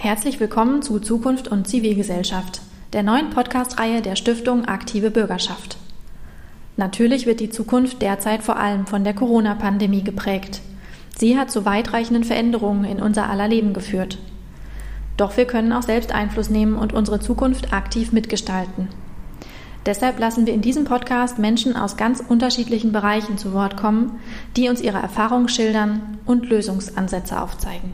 Herzlich willkommen zu Zukunft und Zivilgesellschaft, der neuen Podcast-Reihe der Stiftung Aktive Bürgerschaft. Natürlich wird die Zukunft derzeit vor allem von der Corona-Pandemie geprägt. Sie hat zu weitreichenden Veränderungen in unser aller Leben geführt. Doch wir können auch selbst Einfluss nehmen und unsere Zukunft aktiv mitgestalten. Deshalb lassen wir in diesem Podcast Menschen aus ganz unterschiedlichen Bereichen zu Wort kommen, die uns ihre Erfahrungen schildern und Lösungsansätze aufzeigen.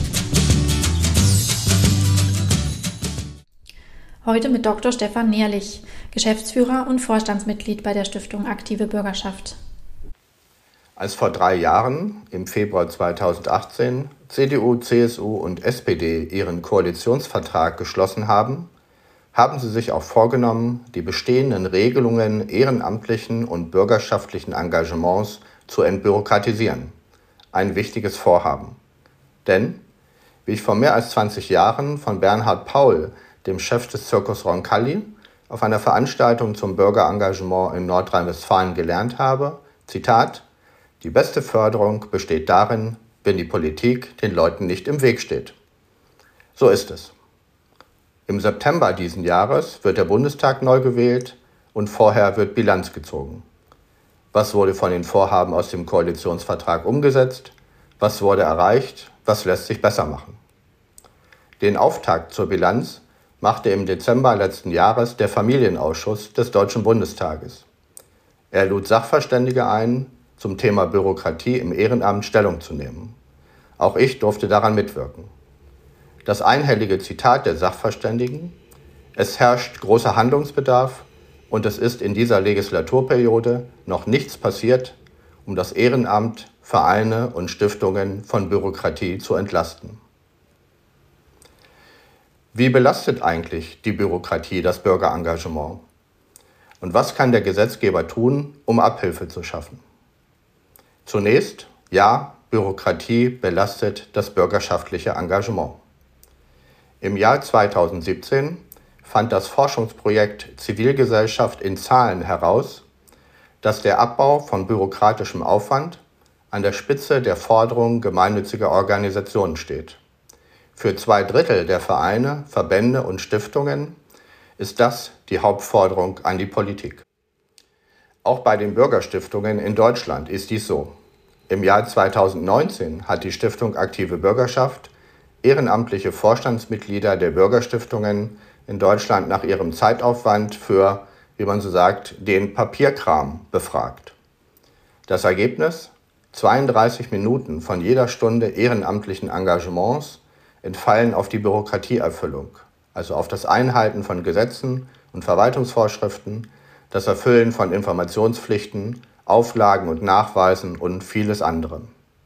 Heute mit Dr. Stefan Nährlich, Geschäftsführer und Vorstandsmitglied bei der Stiftung Aktive Bürgerschaft. Als vor 3 Jahren, im Februar 2018, CDU, CSU und SPD ihren Koalitionsvertrag geschlossen haben, haben sie sich auch vorgenommen, die bestehenden Regelungen ehrenamtlichen und bürgerschaftlichen Engagements zu entbürokratisieren. Ein wichtiges Vorhaben. Denn, wie ich vor mehr als 20 Jahren von Bernhard Paul, dem Chef des Circus Roncalli, auf einer Veranstaltung zum Bürgerengagement in Nordrhein-Westfalen gelernt habe, Zitat: Die beste Förderung besteht darin, wenn die Politik den Leuten nicht im Weg steht. So ist es. Im September diesen Jahres wird der Bundestag neu gewählt und vorher wird Bilanz gezogen. Was wurde von den Vorhaben aus dem Koalitionsvertrag umgesetzt? Was wurde erreicht? Was lässt sich besser machen? Den Auftakt zur Bilanz machte im Dezember letzten Jahres der Familienausschuss des Deutschen Bundestages. Er lud Sachverständige ein, zum Thema Bürokratie im Ehrenamt Stellung zu nehmen. Auch ich durfte daran mitwirken. Das einhellige Zitat der Sachverständigen: Es herrscht großer Handlungsbedarf und es ist in dieser Legislaturperiode noch nichts passiert, um das Ehrenamt, Vereine und Stiftungen von Bürokratie zu entlasten. Wie belastet eigentlich die Bürokratie das Bürgerengagement? Und was kann der Gesetzgeber tun, um Abhilfe zu schaffen? Zunächst, ja, Bürokratie belastet das bürgerschaftliche Engagement. Im Jahr 2017 fand das Forschungsprojekt Zivilgesellschaft in Zahlen heraus, dass der Abbau von bürokratischem Aufwand an der Spitze der Forderungen gemeinnütziger Organisationen steht. Für 2/3 der Vereine, Verbände und Stiftungen ist das die Hauptforderung an die Politik. Auch bei den Bürgerstiftungen in Deutschland ist dies so. Im Jahr 2019 hat die Stiftung Aktive Bürgerschaft ehrenamtliche Vorstandsmitglieder der Bürgerstiftungen in Deutschland nach ihrem Zeitaufwand für, wie man so sagt, den Papierkram befragt. Das Ergebnis? 32 Minuten von jeder Stunde ehrenamtlichen Engagements entfallen auf die Bürokratieerfüllung, also auf das Einhalten von Gesetzen und Verwaltungsvorschriften, das Erfüllen von Informationspflichten, Auflagen und Nachweisen und vieles andere.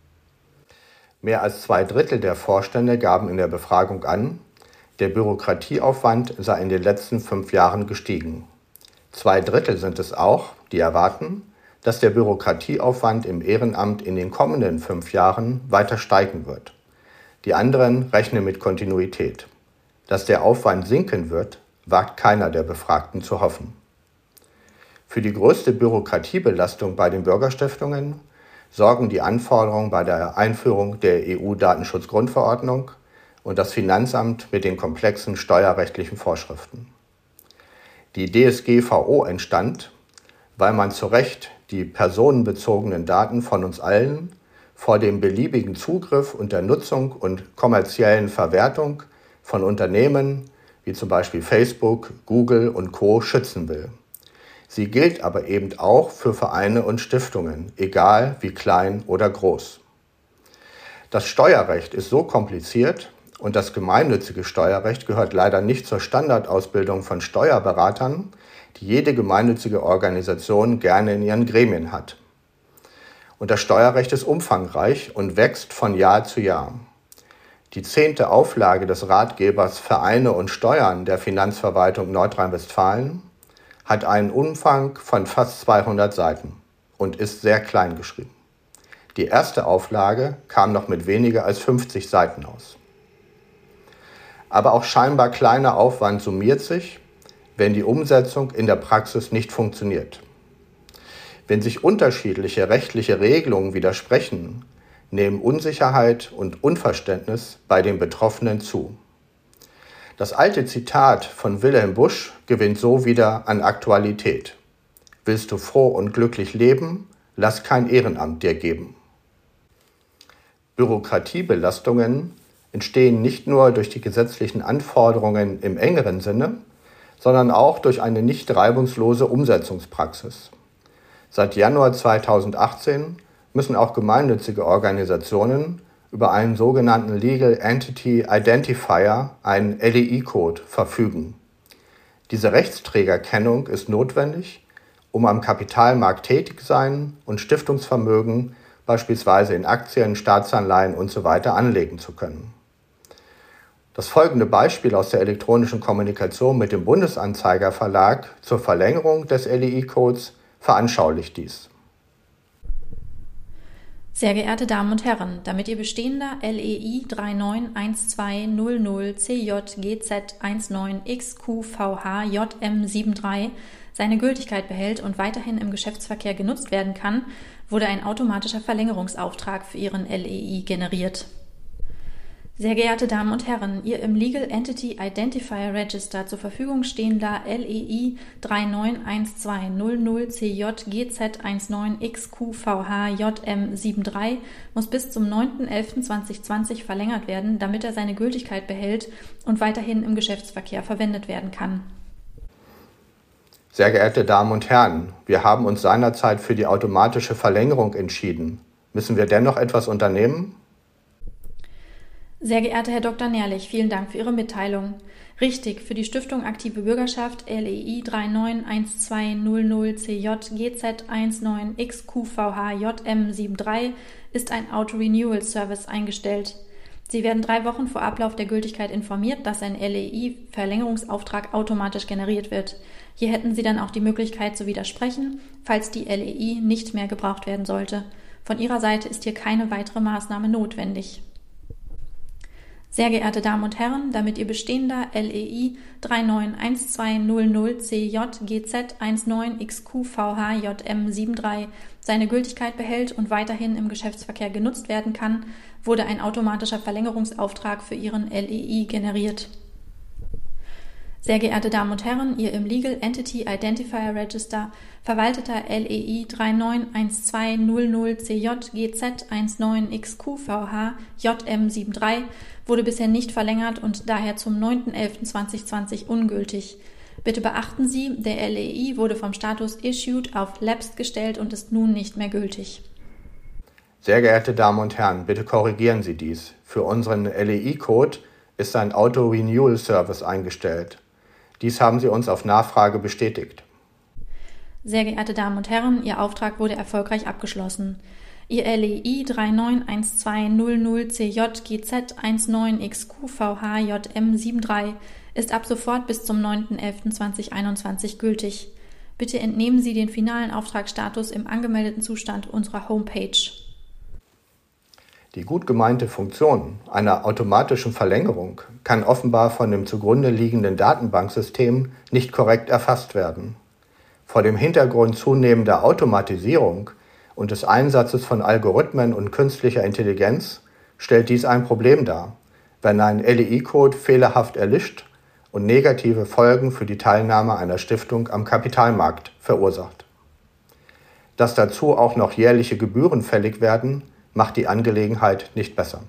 Mehr als 2/3 der Vorstände gaben in der Befragung an, der Bürokratieaufwand sei in den letzten 5 Jahren gestiegen. 2/3 sind es auch, die erwarten, dass der Bürokratieaufwand im Ehrenamt in den kommenden 5 Jahren weiter steigen wird. Die anderen rechnen mit Kontinuität. Dass der Aufwand sinken wird, wagt keiner der Befragten zu hoffen. Für die größte Bürokratiebelastung bei den Bürgerstiftungen sorgen die Anforderungen bei der Einführung der EU-Datenschutzgrundverordnung und das Finanzamt mit den komplexen steuerrechtlichen Vorschriften. Die DSGVO entstand, weil man zu Recht die personenbezogenen Daten von uns allen vor dem beliebigen Zugriff und der Nutzung und kommerziellen Verwertung von Unternehmen wie zum Beispiel Facebook, Google und Co. schützen will. Sie gilt aber eben auch für Vereine und Stiftungen, egal wie klein oder groß. Das Steuerrecht ist so kompliziert und das gemeinnützige Steuerrecht gehört leider nicht zur Standardausbildung von Steuerberatern, die jede gemeinnützige Organisation gerne in ihren Gremien hat. Und das Steuerrecht ist umfangreich und wächst von Jahr zu Jahr. Die 10. Auflage des Ratgebers Vereine und Steuern der Finanzverwaltung Nordrhein-Westfalen hat einen Umfang von fast 200 Seiten und ist sehr klein geschrieben. Die erste Auflage kam noch mit weniger als 50 Seiten aus. Aber auch scheinbar kleiner Aufwand summiert sich, wenn die Umsetzung in der Praxis nicht funktioniert. Wenn sich unterschiedliche rechtliche Regelungen widersprechen, nehmen Unsicherheit und Unverständnis bei den Betroffenen zu. Das alte Zitat von Wilhelm Busch gewinnt so wieder an Aktualität. Willst du froh und glücklich leben, lass kein Ehrenamt dir geben. Bürokratiebelastungen entstehen nicht nur durch die gesetzlichen Anforderungen im engeren Sinne, sondern auch durch eine nicht reibungslose Umsetzungspraxis. Seit Januar 2018 müssen auch gemeinnützige Organisationen über einen sogenannten Legal Entity Identifier, einen LEI-Code, verfügen. Diese Rechtsträgerkennung ist notwendig, um am Kapitalmarkt tätig sein und Stiftungsvermögen beispielsweise in Aktien, Staatsanleihen usw. anlegen zu können. Das folgende Beispiel aus der elektronischen Kommunikation mit dem Bundesanzeiger Verlag zur Verlängerung des LEI-Codes veranschaulicht dies. Sehr geehrte Damen und Herren, damit Ihr bestehender LEI 391200CJGZ19XQVHJM73 seine Gültigkeit behält und weiterhin im Geschäftsverkehr genutzt werden kann, wurde ein automatischer Verlängerungsauftrag für Ihren LEI generiert. Sehr geehrte Damen und Herren, Ihr im Legal Entity Identifier Register zur Verfügung stehender LEI 391200CJGZ19XQVHJM73 muss bis zum 9.11.2020 verlängert werden, damit er seine Gültigkeit behält und weiterhin im Geschäftsverkehr verwendet werden kann. Sehr geehrte Damen und Herren, wir haben uns seinerzeit für die automatische Verlängerung entschieden. Müssen wir dennoch etwas unternehmen? Sehr geehrter Herr Dr. Nährlich, vielen Dank für Ihre Mitteilung. Richtig, für die Stiftung Aktive Bürgerschaft LEI 391200CJGZ19XQVHJM73 ist ein Auto-Renewal-Service eingestellt. Sie werden 3 Wochen vor Ablauf der Gültigkeit informiert, dass ein LEI-Verlängerungsauftrag automatisch generiert wird. Hier hätten Sie dann auch die Möglichkeit zu widersprechen, falls die LEI nicht mehr gebraucht werden sollte. Von Ihrer Seite ist hier keine weitere Maßnahme notwendig. Sehr geehrte Damen und Herren, damit Ihr bestehender LEI 391200CJGZ19XQVHJM73 seine Gültigkeit behält und weiterhin im Geschäftsverkehr genutzt werden kann, wurde ein automatischer Verlängerungsauftrag für Ihren LEI generiert. Sehr geehrte Damen und Herren, Ihr im Legal Entity Identifier Register verwalteter LEI 391200CJGZ19XQVHJM73 wurde bisher nicht verlängert und daher zum 9.11.2020 ungültig. Bitte beachten Sie, der LEI wurde vom Status Issued auf Lapsed gestellt und ist nun nicht mehr gültig. Sehr geehrte Damen und Herren, bitte korrigieren Sie dies. Für unseren LEI-Code ist ein Auto-Renewal-Service eingestellt. Dies haben Sie uns auf Nachfrage bestätigt. Sehr geehrte Damen und Herren, Ihr Auftrag wurde erfolgreich abgeschlossen. Ihr LEI 391200CJGZ19XQVHJM73 ist ab sofort bis zum 9.11.2021 gültig. Bitte entnehmen Sie den finalen Auftragsstatus im angemeldeten Zustand unserer Homepage. Die gut gemeinte Funktion einer automatischen Verlängerung kann offenbar von dem zugrunde liegenden Datenbanksystem nicht korrekt erfasst werden. Vor dem Hintergrund zunehmender Automatisierung und des Einsatzes von Algorithmen und künstlicher Intelligenz stellt dies ein Problem dar, wenn ein LEI-Code fehlerhaft erlischt und negative Folgen für die Teilnahme einer Stiftung am Kapitalmarkt verursacht. Dass dazu auch noch jährliche Gebühren fällig werden, macht die Angelegenheit nicht besser.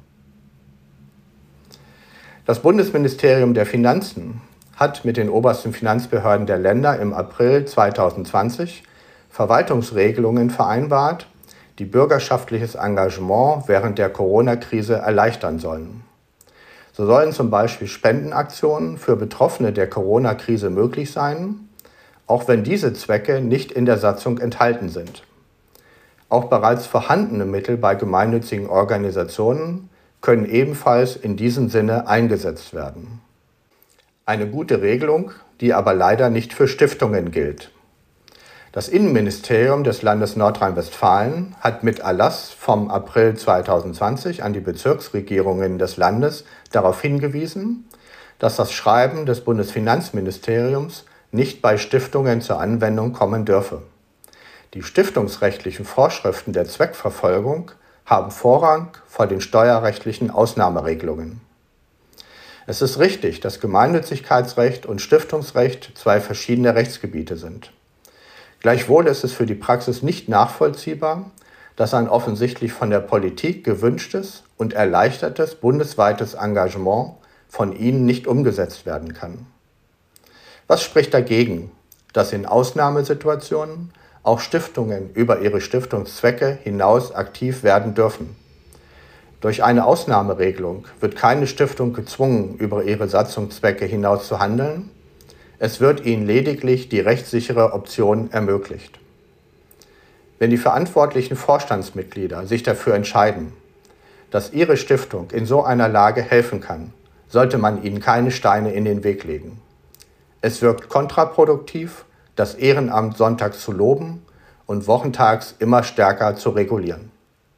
Das Bundesministerium der Finanzen hat mit den obersten Finanzbehörden der Länder im April 2020 Verwaltungsregelungen vereinbart, die bürgerschaftliches Engagement während der Corona-Krise erleichtern sollen. So sollen zum Beispiel Spendenaktionen für Betroffene der Corona-Krise möglich sein, auch wenn diese Zwecke nicht in der Satzung enthalten sind. Auch bereits vorhandene Mittel bei gemeinnützigen Organisationen können ebenfalls in diesem Sinne eingesetzt werden. Eine gute Regelung, die aber leider nicht für Stiftungen gilt. Das Innenministerium des Landes Nordrhein-Westfalen hat mit Erlass vom April 2020 an die Bezirksregierungen des Landes darauf hingewiesen, dass das Schreiben des Bundesfinanzministeriums nicht bei Stiftungen zur Anwendung kommen dürfe. Die stiftungsrechtlichen Vorschriften der Zweckverfolgung haben Vorrang vor den steuerrechtlichen Ausnahmeregelungen. Es ist richtig, dass Gemeinnützigkeitsrecht und Stiftungsrecht zwei verschiedene Rechtsgebiete sind. Gleichwohl ist es für die Praxis nicht nachvollziehbar, dass ein offensichtlich von der Politik gewünschtes und erleichtertes bundesweites Engagement von ihnen nicht umgesetzt werden kann. Was spricht dagegen, dass in Ausnahmesituationen auch Stiftungen über ihre Stiftungszwecke hinaus aktiv werden dürfen? Durch eine Ausnahmeregelung wird keine Stiftung gezwungen, über ihre Satzungszwecke hinaus zu handeln. Es wird ihnen lediglich die rechtssichere Option ermöglicht. Wenn die verantwortlichen Vorstandsmitglieder sich dafür entscheiden, dass ihre Stiftung in so einer Lage helfen kann, sollte man ihnen keine Steine in den Weg legen. Es wirkt kontraproduktiv, das Ehrenamt sonntags zu loben und wochentags immer stärker zu regulieren.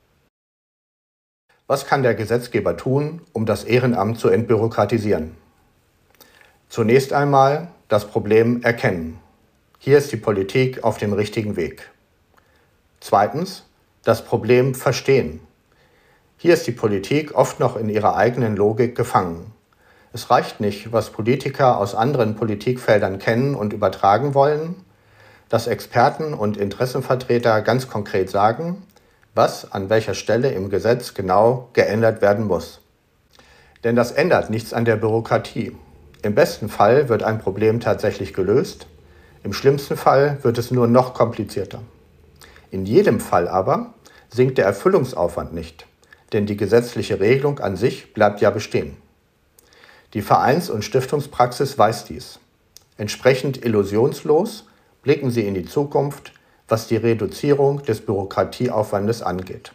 Was kann der Gesetzgeber tun, um das Ehrenamt zu entbürokratisieren? Zunächst einmal das Problem erkennen. Hier ist die Politik auf dem richtigen Weg. Zweitens, das Problem verstehen. Hier ist die Politik oft noch in ihrer eigenen Logik gefangen. Es reicht nicht, was Politiker aus anderen Politikfeldern kennen und übertragen wollen, dass Experten und Interessenvertreter ganz konkret sagen, was an welcher Stelle im Gesetz genau geändert werden muss. Denn das ändert nichts an der Bürokratie. Im besten Fall wird ein Problem tatsächlich gelöst, im schlimmsten Fall wird es nur noch komplizierter. In jedem Fall aber sinkt der Erfüllungsaufwand nicht, denn die gesetzliche Regelung an sich bleibt ja bestehen. Die Vereins- und Stiftungspraxis weiß dies. Entsprechend illusionslos blicken sie in die Zukunft, was die Reduzierung des Bürokratieaufwandes angeht.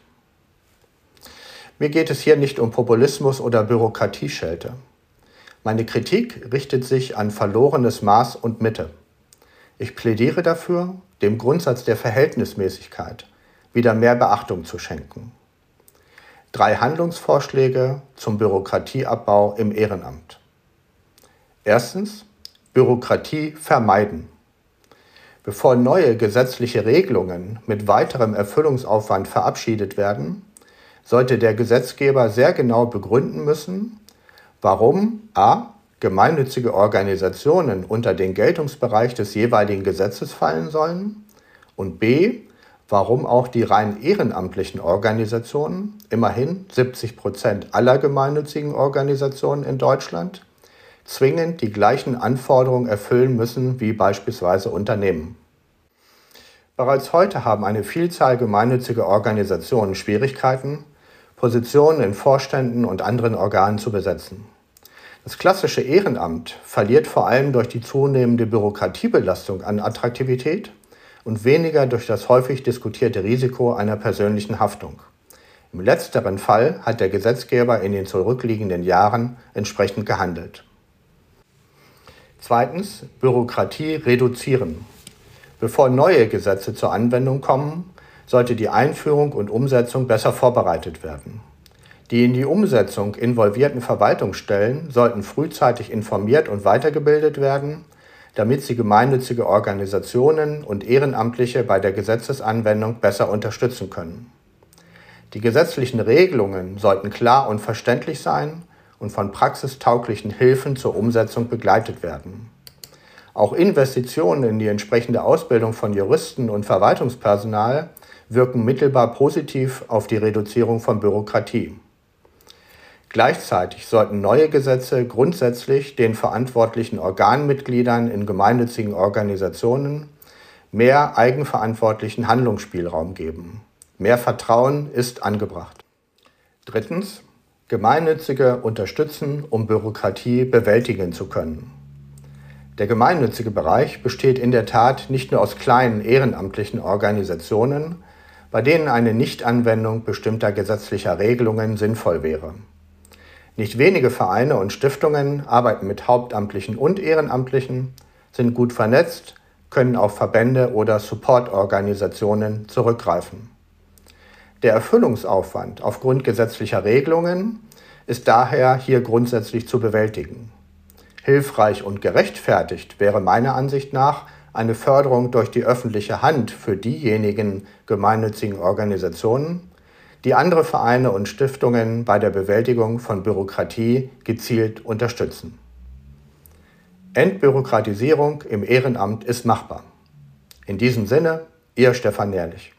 Mir geht es hier nicht um Populismus oder Bürokratieschelte. Meine Kritik richtet sich an verlorenes Maß und Mitte. Ich plädiere dafür, dem Grundsatz der Verhältnismäßigkeit wieder mehr Beachtung zu schenken. 3 Handlungsvorschläge zum Bürokratieabbau im Ehrenamt. Erstens, Bürokratie vermeiden. Bevor neue gesetzliche Regelungen mit weiterem Erfüllungsaufwand verabschiedet werden, sollte der Gesetzgeber sehr genau begründen müssen, warum a. gemeinnützige Organisationen unter den Geltungsbereich des jeweiligen Gesetzes fallen sollen und b. warum auch die rein ehrenamtlichen Organisationen, immerhin 70% aller gemeinnützigen Organisationen in Deutschland, zwingend die gleichen Anforderungen erfüllen müssen wie beispielsweise Unternehmen. Bereits heute haben eine Vielzahl gemeinnütziger Organisationen Schwierigkeiten, Positionen in Vorständen und anderen Organen zu besetzen. Das klassische Ehrenamt verliert vor allem durch die zunehmende Bürokratiebelastung an Attraktivität und weniger durch das häufig diskutierte Risiko einer persönlichen Haftung. Im letzteren Fall hat der Gesetzgeber in den zurückliegenden Jahren entsprechend gehandelt. Zweitens, Bürokratie reduzieren. Bevor neue Gesetze zur Anwendung kommen, sollte die Einführung und Umsetzung besser vorbereitet werden. Die in die Umsetzung involvierten Verwaltungsstellen sollten frühzeitig informiert und weitergebildet werden, damit sie gemeinnützige Organisationen und Ehrenamtliche bei der Gesetzesanwendung besser unterstützen können. Die gesetzlichen Regelungen sollten klar und verständlich sein und von praxistauglichen Hilfen zur Umsetzung begleitet werden. Auch Investitionen in die entsprechende Ausbildung von Juristen und Verwaltungspersonal wirken mittelbar positiv auf die Reduzierung von Bürokratie. Gleichzeitig sollten neue Gesetze grundsätzlich den verantwortlichen Organmitgliedern in gemeinnützigen Organisationen mehr eigenverantwortlichen Handlungsspielraum geben. Mehr Vertrauen ist angebracht. Drittens, Gemeinnützige unterstützen, um Bürokratie bewältigen zu können. Der gemeinnützige Bereich besteht in der Tat nicht nur aus kleinen ehrenamtlichen Organisationen, bei denen eine Nichtanwendung bestimmter gesetzlicher Regelungen sinnvoll wäre. Nicht wenige Vereine und Stiftungen arbeiten mit Hauptamtlichen und Ehrenamtlichen, sind gut vernetzt, können auf Verbände oder Supportorganisationen zurückgreifen. Der Erfüllungsaufwand aufgrund gesetzlicher Regelungen ist daher hier grundsätzlich zu bewältigen. Hilfreich und gerechtfertigt wäre meiner Ansicht nach eine Förderung durch die öffentliche Hand für diejenigen gemeinnützigen Organisationen, die andere Vereine und Stiftungen bei der Bewältigung von Bürokratie gezielt unterstützen. Entbürokratisierung im Ehrenamt ist machbar. In diesem Sinne, Ihr Stefan Nährlich.